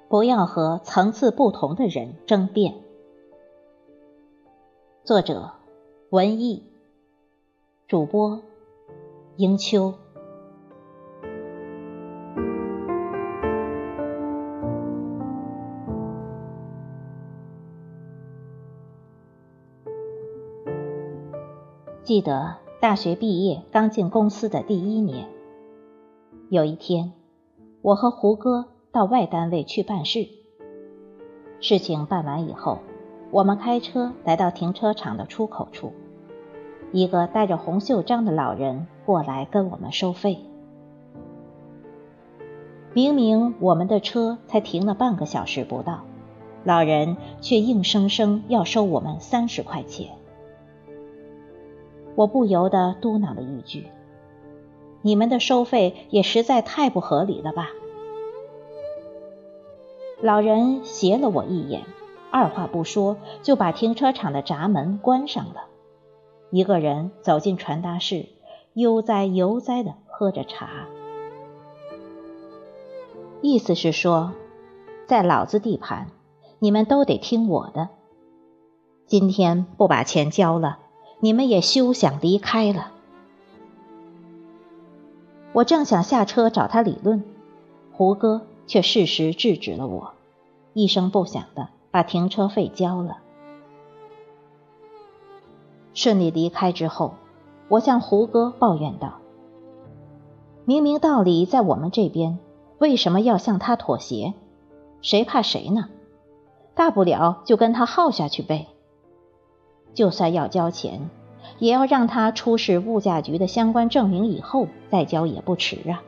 不要和层次不同的人争辩。作者文艺，主播迎秋。记得大学毕业刚进公司的第1年，有一天，我和胡歌到外单位去办事。事情办完以后，我们开车来到停车场的出口处，一个戴着红袖章的老人过来跟我们收费。明明我们的车才停了半个小时不到，老人却硬生生要收我们30块钱。我不由得嘟囔了一句：你们的收费也实在太不合理了吧。老人斜了我一眼，二话不说就把停车场的闸门关上了，一个人走进传达室，悠哉悠哉地喝着茶。意思是说，在老子地盘，你们都得听我的，今天不把钱交了，你们也休想离开了。我正想下车找他理论，胡歌却适时制止了我，一声不响地把停车费交了。顺利离开之后，我向胡歌抱怨道：明明道理在我们这边，为什么要向他妥协？谁怕谁呢？大不了就跟他耗下去呗。就算要交钱，也要让他出示物价局的相关证明以后再交也不迟啊。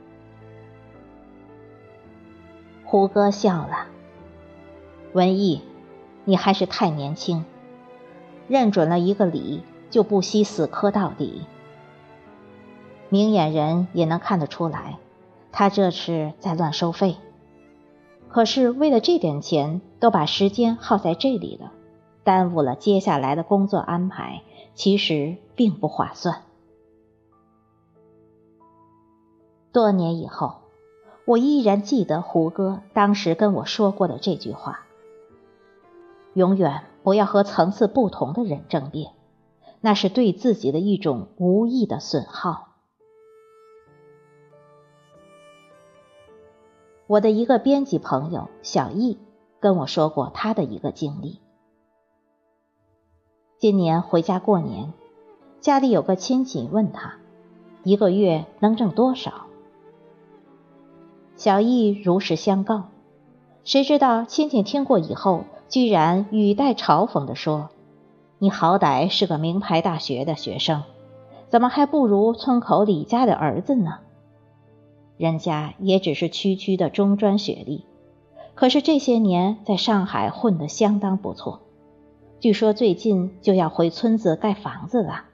胡歌笑了：文艺，你还是太年轻，认准了一个理就不惜死磕到底。明眼人也能看得出来，他这是在乱收费，可是为了这点钱都把时间耗在这里了，耽误了接下来的工作安排，其实并不划算。多年以后，我依然记得胡歌当时跟我说过的这句话：永远不要和层次不同的人争辩，那是对自己的一种无意的损耗。我的一个编辑朋友小易跟我说过他的一个经历。今年回家过年，家里有个亲戚问他一个月能挣多少。小易如实相告，谁知道亲戚听过以后，居然语带嘲讽地说：你好歹是个名牌大学的学生，怎么还不如村口李家的儿子呢？人家也只是区区的中专学历，可是这些年在上海混得相当不错，据说最近就要回村子盖房子了。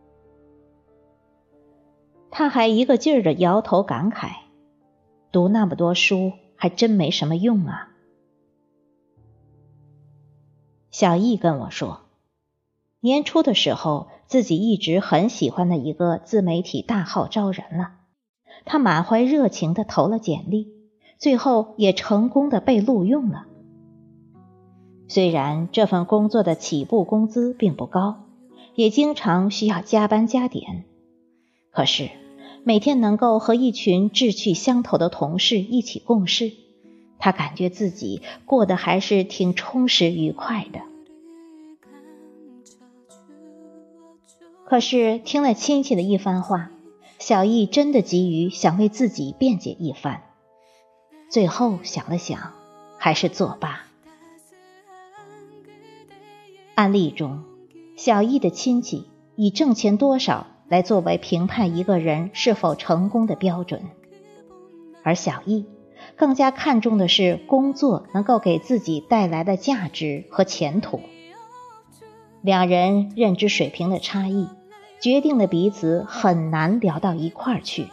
他还一个劲儿地摇头感慨，读那么多书还真没什么用啊。小易跟我说，年初的时候自己一直很喜欢的一个自媒体大号招人了，他满怀热情地投了简历，最后也成功地被录用了。虽然这份工作的起步工资并不高，也经常需要加班加点，可是每天能够和一群志趣相投的同事一起共事，他感觉自己过得还是挺充实愉快的。可是听了亲戚的一番话，小易真的急于想为自己辩解一番，最后想了想，还是作罢。案例中，小易的亲戚以挣钱多少来作为评判一个人是否成功的标准，而小易更加看重的是工作能够给自己带来的价值和前途。两人认知水平的差异，决定了彼此很难聊到一块儿去。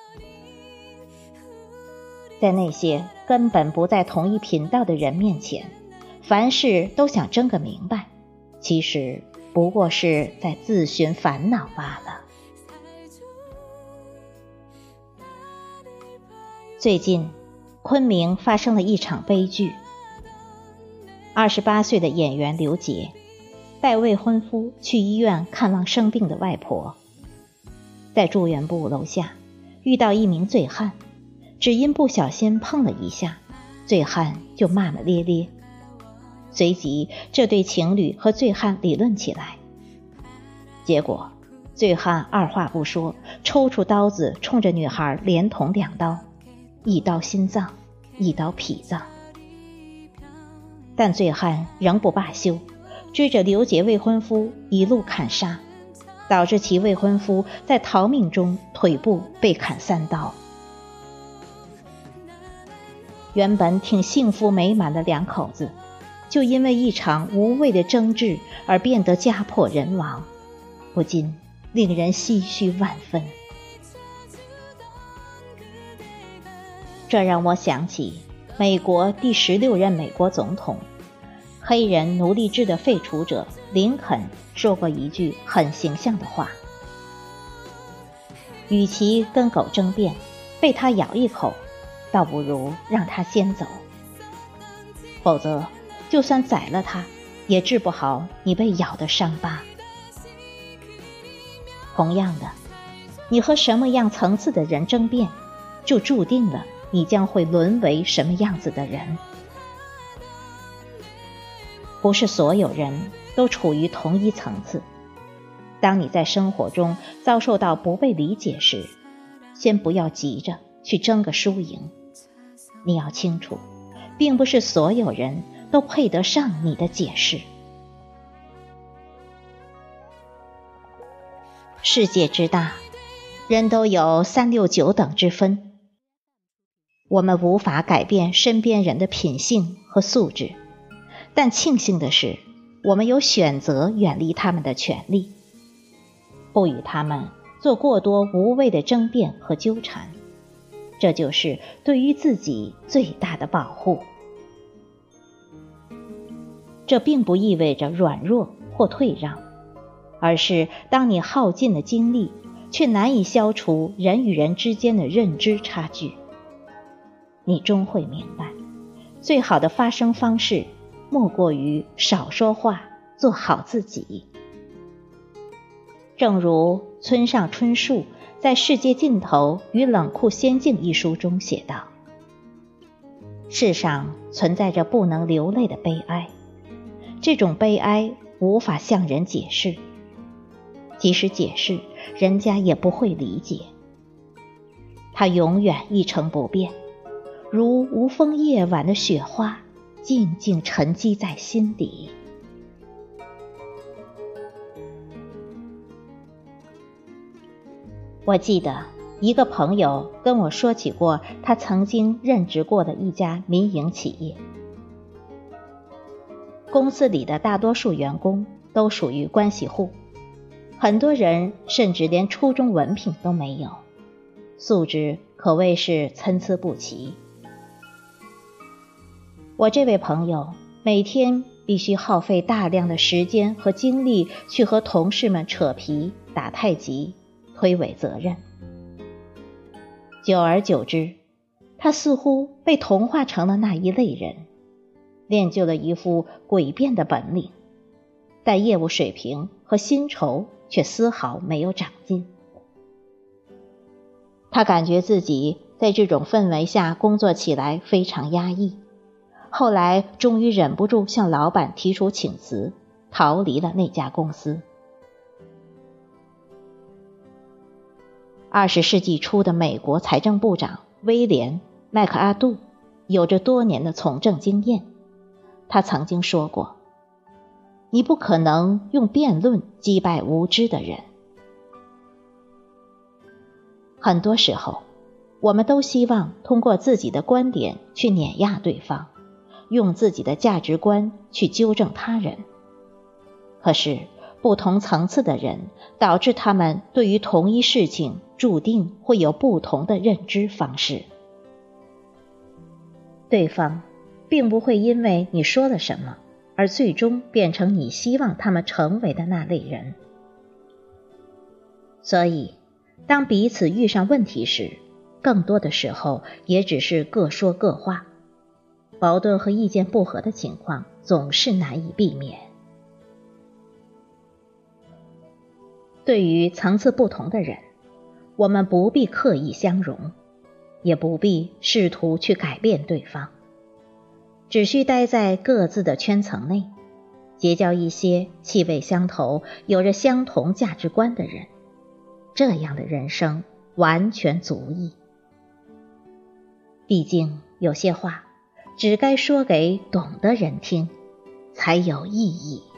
在那些根本不在同一频道的人面前，凡事都想争个明白，其实不过是在自寻烦恼罢了。最近昆明发生了一场悲剧。28岁的演员刘杰带未婚夫去医院看望生病的外婆，在住院部楼下遇到一名醉汉，只因不小心碰了一下，醉汉就骂骂咧咧。随即这对情侣和醉汉理论起来，结果醉汉二话不说，抽出刀子冲着女孩连捅2刀，一刀心脏，一刀脾脏。但醉汉仍不罢休，追着刘杰未婚夫一路砍杀，导致其未婚夫在逃命中腿部被砍3刀。原本挺幸福美满的两口子，就因为一场无谓的争执而变得家破人亡，不禁令人唏嘘万分。这让我想起美国第16任美国总统、黑人奴隶制的废除者林肯说过一句很形象的话：与其跟狗争辩，被它咬一口，倒不如让它先走，否则就算宰了它，也治不好你被咬的伤疤。同样的，你和什么样层次的人争辩，就注定了你将会沦为什么样子的人。不是所有人都处于同一层次。当你在生活中遭受到不被理解时，先不要急着去争个输赢。你要清楚，并不是所有人都配得上你的解释。世界之大，人都有3、6、9等之分。我们无法改变身边人的品性和素质，但庆幸的是，我们有选择远离他们的权利，不与他们做过多无谓的争辩和纠缠，这就是对于自己最大的保护。这并不意味着软弱或退让，而是当你耗尽了精力，却难以消除人与人之间的认知差距，你终会明白，最好的发声方式莫过于少说话，做好自己。正如村上春树在《世界尽头与冷酷仙境》一书中写道，世上存在着不能流泪的悲哀，这种悲哀无法向人解释，即使解释，人家也不会理解。它永远一成不变，如无风夜晚的雪花，静静沉积在心底。我记得一个朋友跟我说起过他曾经任职过的一家民营企业。公司里的大多数员工都属于关系户，很多人甚至连初中文凭都没有，素质可谓是参差不齐。我这位朋友每天必须耗费大量的时间和精力去和同事们扯皮、打太极、推诿责任。久而久之，他似乎被同化成了那一类人，练就了一副诡辩的本领，但业务水平和薪酬却丝毫没有长进。他感觉自己在这种氛围下工作起来非常压抑，后来终于忍不住向老板提出请辞，逃离了那家公司。20世纪初的美国财政部长威廉·麦克阿杜有着多年的从政经验，他曾经说过，你不可能用辩论击败无知的人。很多时候，我们都希望通过自己的观点去碾压对方，用自己的价值观去纠正他人。可是，不同层次的人，导致他们对于同一事情注定会有不同的认知方式。对方并不会因为你说了什么，而最终变成你希望他们成为的那类人。所以，当彼此遇上问题时， 更多的时候也只是各说各话，矛盾和意见不合的情况总是难以避免。对于层次不同的人，我们不必刻意相容，也不必试图去改变对方，只需待在各自的圈层内，结交一些气味相投、有着相同价值观的人，这样的人生完全足矣。毕竟有些话只该说给懂的人听，才有意义。